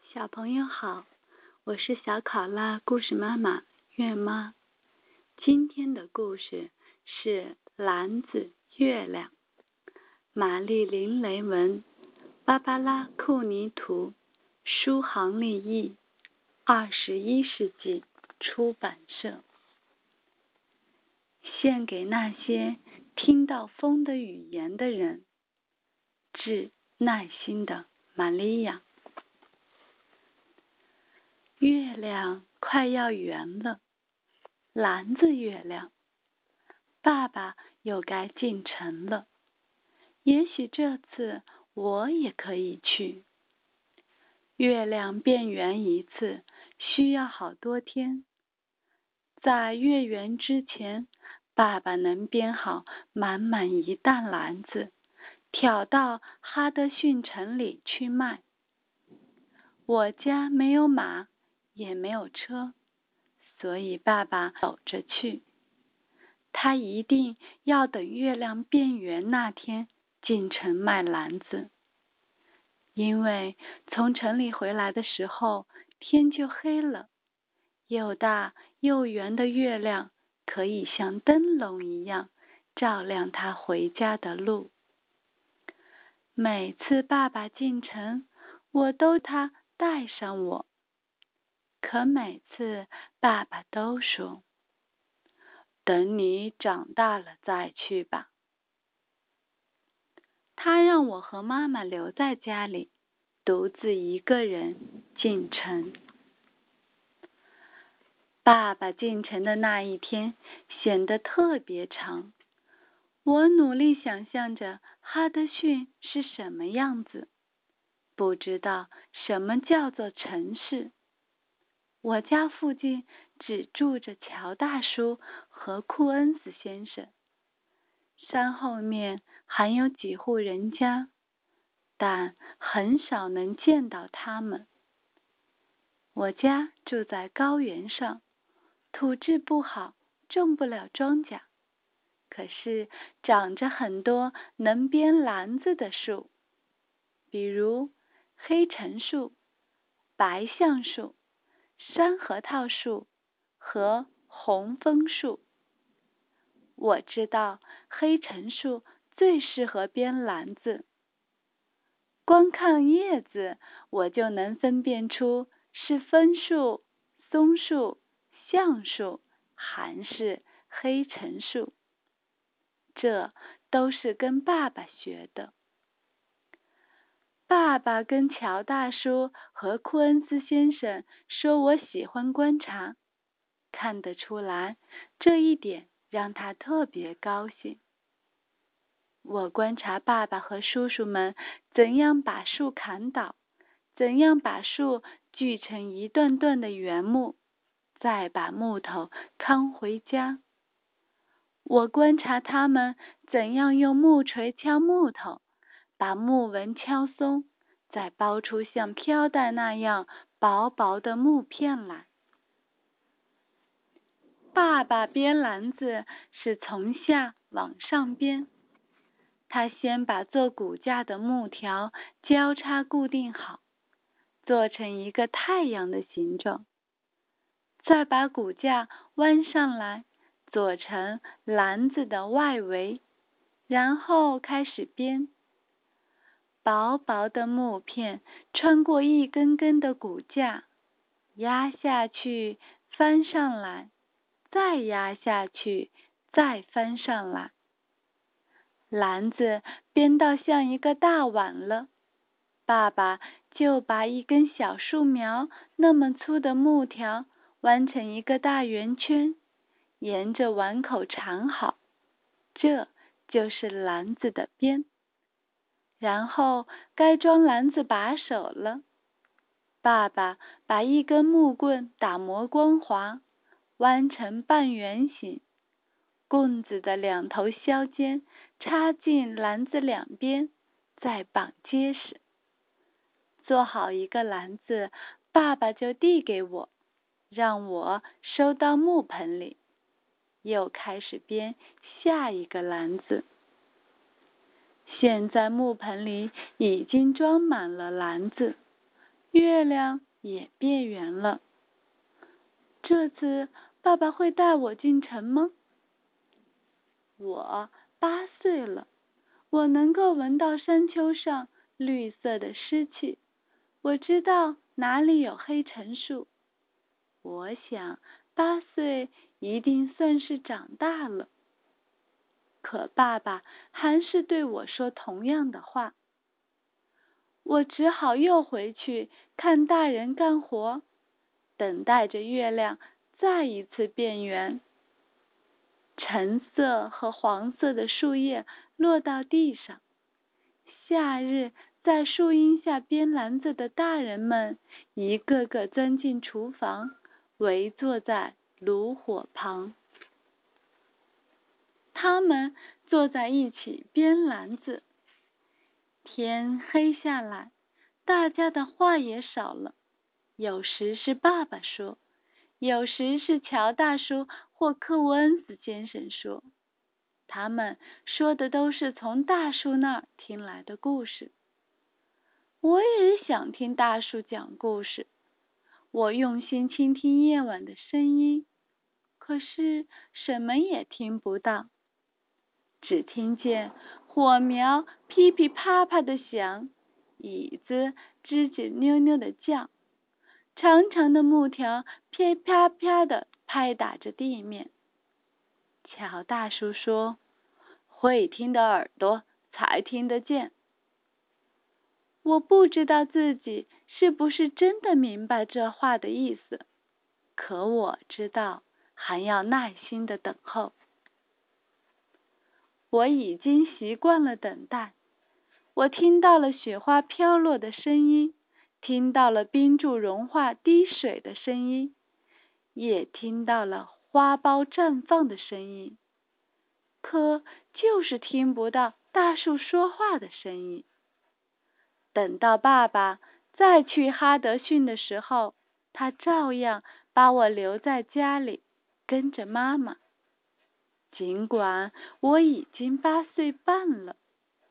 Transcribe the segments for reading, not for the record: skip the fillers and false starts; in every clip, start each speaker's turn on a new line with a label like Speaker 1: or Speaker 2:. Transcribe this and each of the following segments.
Speaker 1: 小朋友好，我是小考拉故事妈妈月妈。今天的故事是篮子月亮，玛丽琳雷文，芭芭拉库尼图，舒航立译，21世纪出版社。献给那些听到风的语言的人，致耐心的玛利亚。月亮快要圆了，篮子月亮，爸爸又该进城了。也许这次我也可以去。月亮变圆一次需要好多天，在月圆之前，爸爸能编好满满一担篮子，挑到哈德逊城里去卖。我家没有马，也没有车，所以爸爸走着去。他一定要等月亮变圆那天进城卖篮子，因为从城里回来的时候天就黑了，又大又圆的月亮可以像灯笼一样照亮他回家的路。每次爸爸进城，我都他带上我，可每次爸爸都说，等你长大了再去吧。他让我和妈妈留在家里，独自一个人进城。爸爸进城的那一天显得特别长。我努力想象着哈德逊是什么样子，不知道什么叫做城市。我家附近只住着乔大叔和库恩斯先生，山后面还有几户人家，但很少能见到他们。我家住在高原上，土质不好，种不了庄稼，可是长着很多能编篮子的树，比如黑橙树、白橡树、山核桃树和红枫树。我知道黑橙树最适合编篮子，光看叶子我就能分辨出是枫树、松树、橡树还是黑橙树。这都是跟爸爸学的。爸爸跟乔大叔和库恩斯先生说我喜欢观察，看得出来，这一点让他特别高兴。我观察爸爸和叔叔们怎样把树砍倒，怎样把树锯成一段段的原木，再把木头扛回家。我观察他们怎样用木锤敲木头，把木纹敲松，再包出像飘带那样薄薄的木片来。爸爸编篮子是从下往上编，他先把做骨架的木条交叉固定好，做成一个太阳的形状，再把骨架弯上来，做成篮子的外围，然后开始编。薄薄的木片穿过一根根的骨架，压下去，翻上来，再压下去，再翻上来。篮子编到像一个大碗了，爸爸就把一根小树苗那么粗的木条弯成一个大圆圈，沿着碗口缠好，这就是篮子的边。然后该装篮子把手了，爸爸把一根木棍打磨光滑，弯成半圆形，棍子的两头削尖，插进篮子两边，再绑结实。做好一个篮子，爸爸就递给我，让我收到木盆里，又开始编下一个篮子。现在木盆里已经装满了篮子， 月亮也变圆了。这次爸爸会带我进城吗？我8岁了，我能够闻到山丘上绿色的湿气，我知道哪里有黑橙树。我想8岁一定算是长大了。可爸爸还是对我说同样的话。我只好又回去看大人干活，等待着月亮再一次变圆。橙色和黄色的树叶落到地上，夏日在树荫下编篮子的大人们一个个钻进厨房，围坐在炉火旁。他们坐在一起编篮子。天黑下来，大家的话也少了，有时是爸爸说，有时是乔大叔或克沃恩斯先生说。他们说的都是从大树那儿听来的故事。我也想听大树讲故事，我用心倾听夜晚的声音，可是什么也听不到，只听见火苗噼噼啪啪的响，椅子吱吱扭扭的叫，长长的木条啪啪啪的拍打着地面。乔大叔说，会听的耳朵才听得见。我不知道自己是不是真的明白这话的意思，可我知道还要耐心的等候。我已经习惯了等待，我听到了雪花飘落的声音，听到了冰柱融化滴水的声音，也听到了花苞绽放的声音，可就是听不到大树说话的声音。等到爸爸再去哈德逊的时候，他照样把我留在家里，跟着妈妈。尽管我已经8岁半了。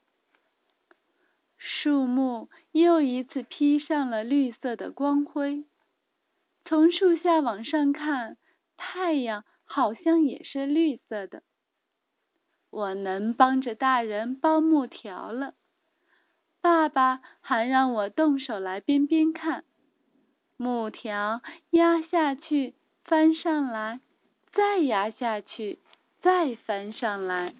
Speaker 1: 树木又一次披上了绿色的光辉。从树下往上看，太阳好像也是绿色的。我能帮着大人包木条了。爸爸还让我动手来编编看。木条压下去，翻上来，再压下去，再翻上来。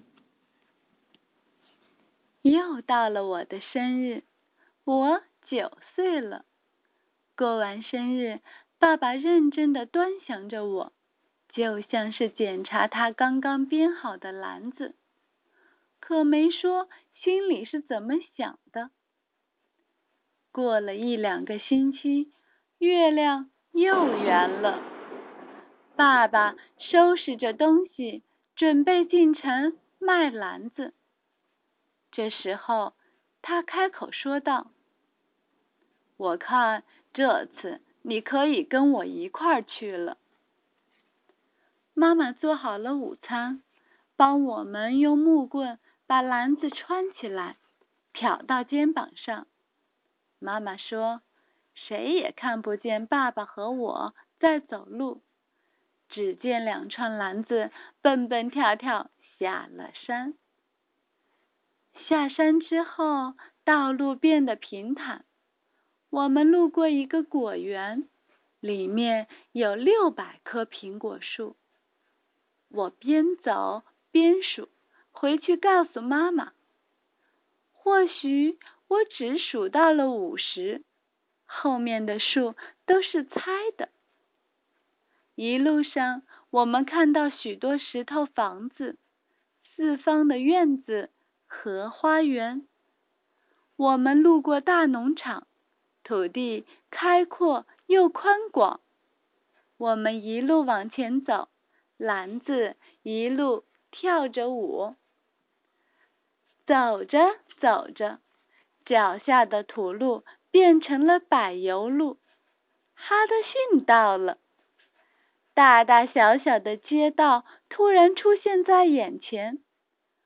Speaker 1: 又到了我的生日，我9岁了。过完生日，爸爸认真地端详着我，就像是检查他刚刚编好的篮子，可没说心里是怎么想的。过了1、2个星期，月亮又圆了。爸爸收拾着东西，准备进城卖篮子。这时候，他开口说道：“我看这次你可以跟我一块儿去了。”妈妈做好了午餐，帮我们用木棍把篮子穿起来，挑到肩膀上。妈妈说，谁也看不见爸爸和我在走路，只见2串篮子蹦蹦跳跳下了山。下山之后，道路变得平坦。我们路过一个果园，里面有600棵苹果树。我边走边数，回去告诉妈妈。或许我只数到了50，后面的树都是猜的。一路上，我们看到许多石头房子、四方的院子和花园。我们路过大农场，土地开阔又宽广。我们一路往前走，篮子一路跳着舞。走着走着，脚下的土路变成了柏油路。哈德逊到了。大大小小的街道突然出现在眼前，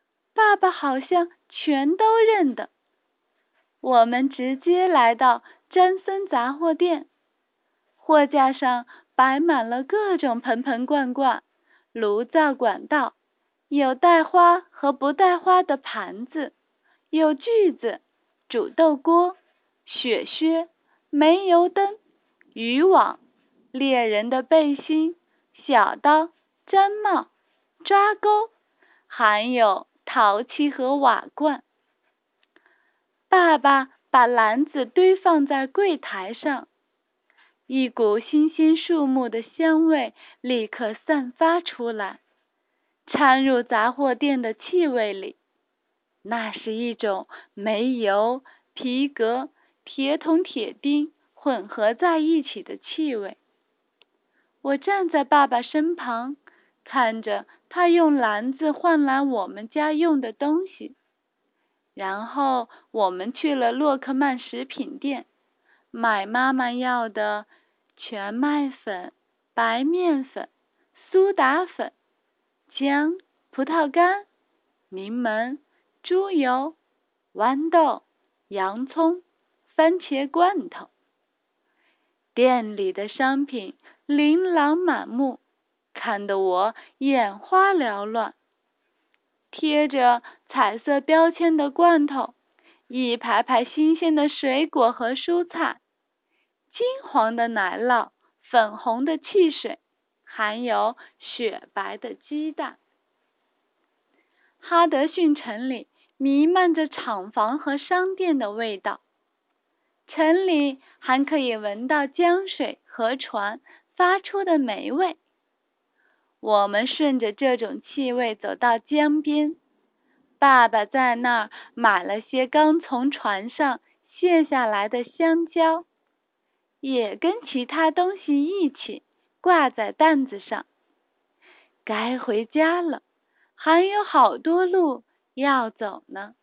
Speaker 1: 爸爸好像全都认得。我们直接来到詹森杂货店。货架上摆满了各种盆盆罐罐、炉灶管道，有带花和不带花的盘子，有锯子、煮豆锅、雪靴、煤油灯、渔网、猎人的背心、小刀、毡帽、抓钩，还有陶器和瓦罐。爸爸把篮子堆放在柜台上，一股新鲜树木的香味立刻散发出来，掺入杂货店的气味里。那是一种煤油、皮革、铁桶、铁钉混合在一起的气味。我站在爸爸身旁，看着他用篮子换来我们家用的东西。然后我们去了洛克曼食品店，买妈妈要的全麦粉、白面粉、苏打粉、姜、葡萄干、柠檬、猪油、豌豆、洋葱、番茄罐头。店里的商品琳琅满目，看得我眼花缭乱。贴着彩色标签的罐头，一排排新鲜的水果和蔬菜，金黄的奶酪，粉红的汽水，还有雪白的鸡蛋。哈德逊城里弥漫着厂房和商店的味道，城里还可以闻到江水和船发出的霉味。我们顺着这种气味走到江边，爸爸在那儿买了些刚从船上卸下来的香蕉，也跟其他东西一起挂在担子上。该回家了，还有好多路要走呢。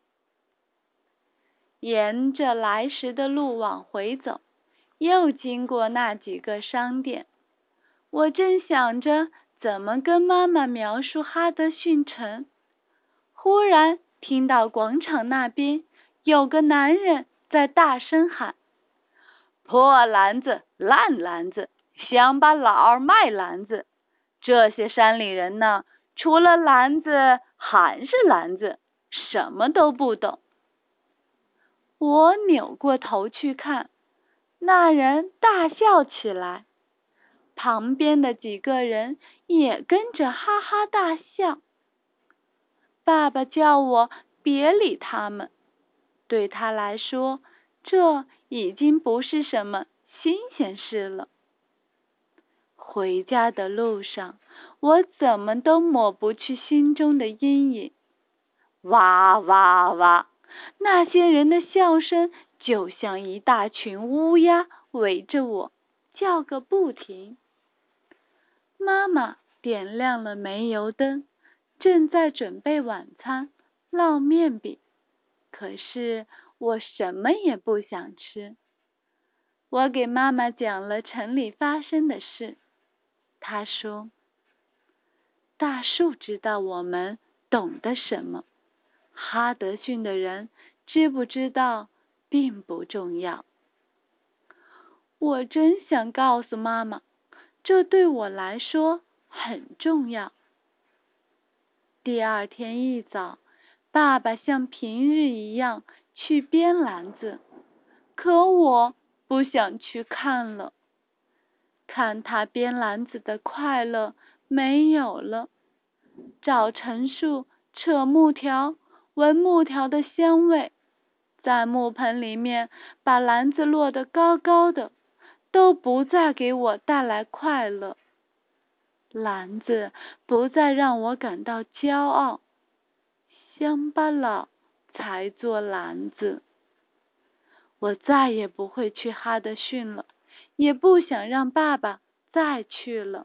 Speaker 1: 沿着来时的路往回走，又经过那几个商店。我正想着怎么跟妈妈描述哈德逊城，忽然听到广场那边有个男人在大声喊：破篮子，烂篮子，乡巴佬卖篮子，这些山里人呢，除了篮子还是篮子，什么都不懂。我扭过头去看，那人大笑起来，旁边的几个人也跟着哈哈大笑。爸爸叫我别理他们，对他来说，这已经不是什么新鲜事了。回家的路上，我怎么都抹不去心中的阴影。哇哇哇！那些人的笑声就像一大群乌鸦围着我叫个不停。妈妈点亮了煤油灯，正在准备晚餐，烙面饼。可是我什么也不想吃。我给妈妈讲了城里发生的事。她说：大树知道我们懂得什么，哈德逊的人知不知道并不重要。我真想告诉妈妈，这对我来说很重要。第二天一早，爸爸像平日一样去编篮子，可我不想去看了。看他编篮子的快乐没有了，找陈树，扯木条，闻木条的香味，在木盆里面把篮子摞得高高的，都不再给我带来快乐。篮子不再让我感到骄傲，乡巴佬才做篮子。我再也不会去哈德逊了，也不想让爸爸再去了。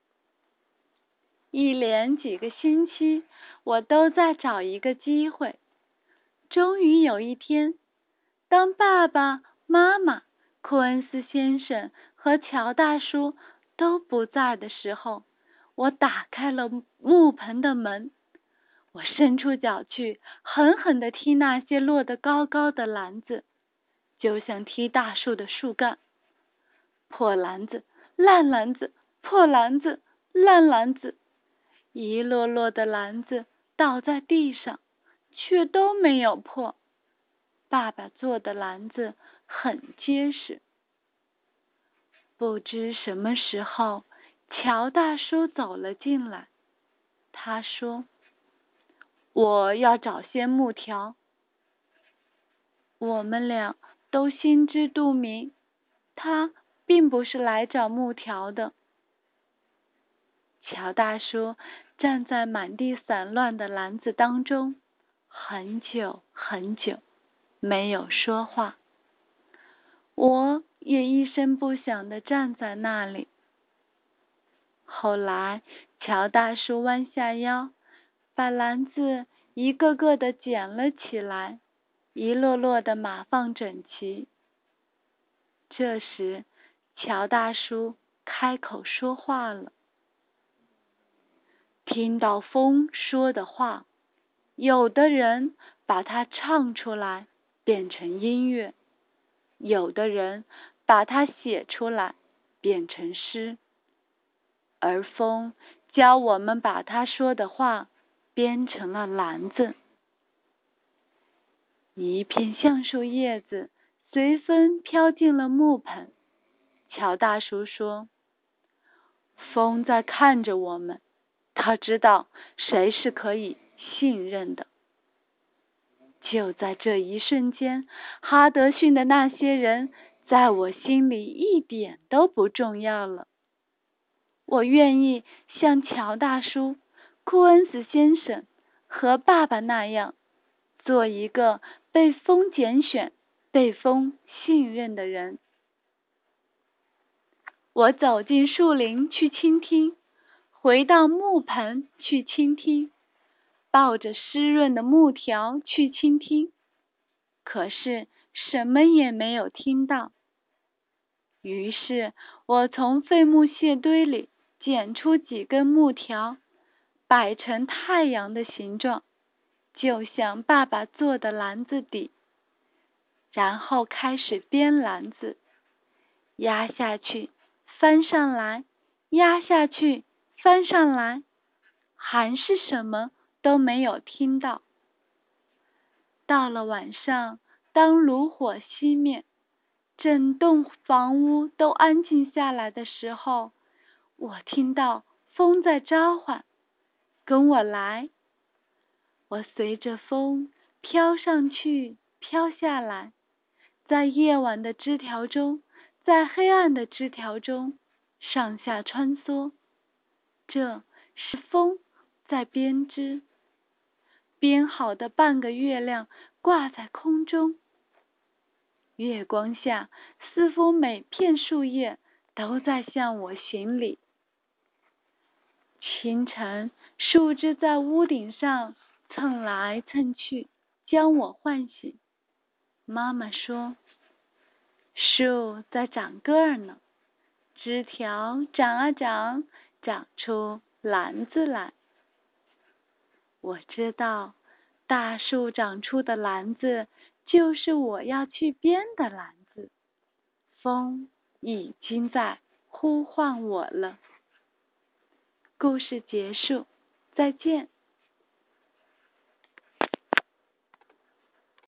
Speaker 1: 一连几个星期，我都在找一个机会。终于有一天，当爸爸妈妈、库恩斯先生和乔大叔都不在的时候，我打开了木盆的门。我伸出脚去，狠狠地踢那些摞得高高的篮子， 就像踢大树的树干。破篮子，烂篮子，破篮子，烂篮子，一摞摞的篮子倒在地上，却都没有破。爸爸做的篮子很结实。不知什么时候，乔大叔走了进来。他说：“我要找些木条。”我们俩都心知肚明，他并不是来找木条的。乔大叔站在满地散乱的篮子当中，很久很久，没有说话。我也一声不响地站在那里。后来，乔大叔弯下腰，把篮子一个个地捡了起来，一摞摞地码放整齐。这时，乔大叔开口说话了。听到风说的话，有的人把它唱出来，变成音乐；有的人把它写出来，变成诗。而风教我们把他说的话编成了篮子。一片橡树叶子随风飘进了木盆。乔大叔说：“风在看着我们，他知道谁是可以信任的。”就在这一瞬间，哈德逊的那些人在我心里一点都不重要了。我愿意像乔大叔、库恩斯先生和爸爸那样，做一个被风拣选、被风信任的人。我走进树林去倾听，回到木盆去倾听，抱着湿润的木条去倾听，可是什么也没有听到。于是我从废木屑堆里捡出几根木条，摆成太阳的形状，就像爸爸做的篮子底，然后开始编篮子，压下去，翻上来，压下去，翻上来，还是什么都没有听到。到了晚上，当炉火熄灭，整栋房屋都安静下来的时候，我听到风在召唤：“跟我来！”我随着风飘上去，飘下来，在夜晚的枝条中，在黑暗的枝条中上下穿梭。这是风在编织。编好的半个月亮挂在空中，月光下，似乎每片树叶都在向我行礼。清晨，树枝在屋顶上蹭来蹭去，将我唤醒。妈妈说：“树在长个儿呢，枝条长啊长，长出篮子来。”我知道，大树长出的篮子就是我要去编的篮子。风已经在呼唤我了。故事结束，再见。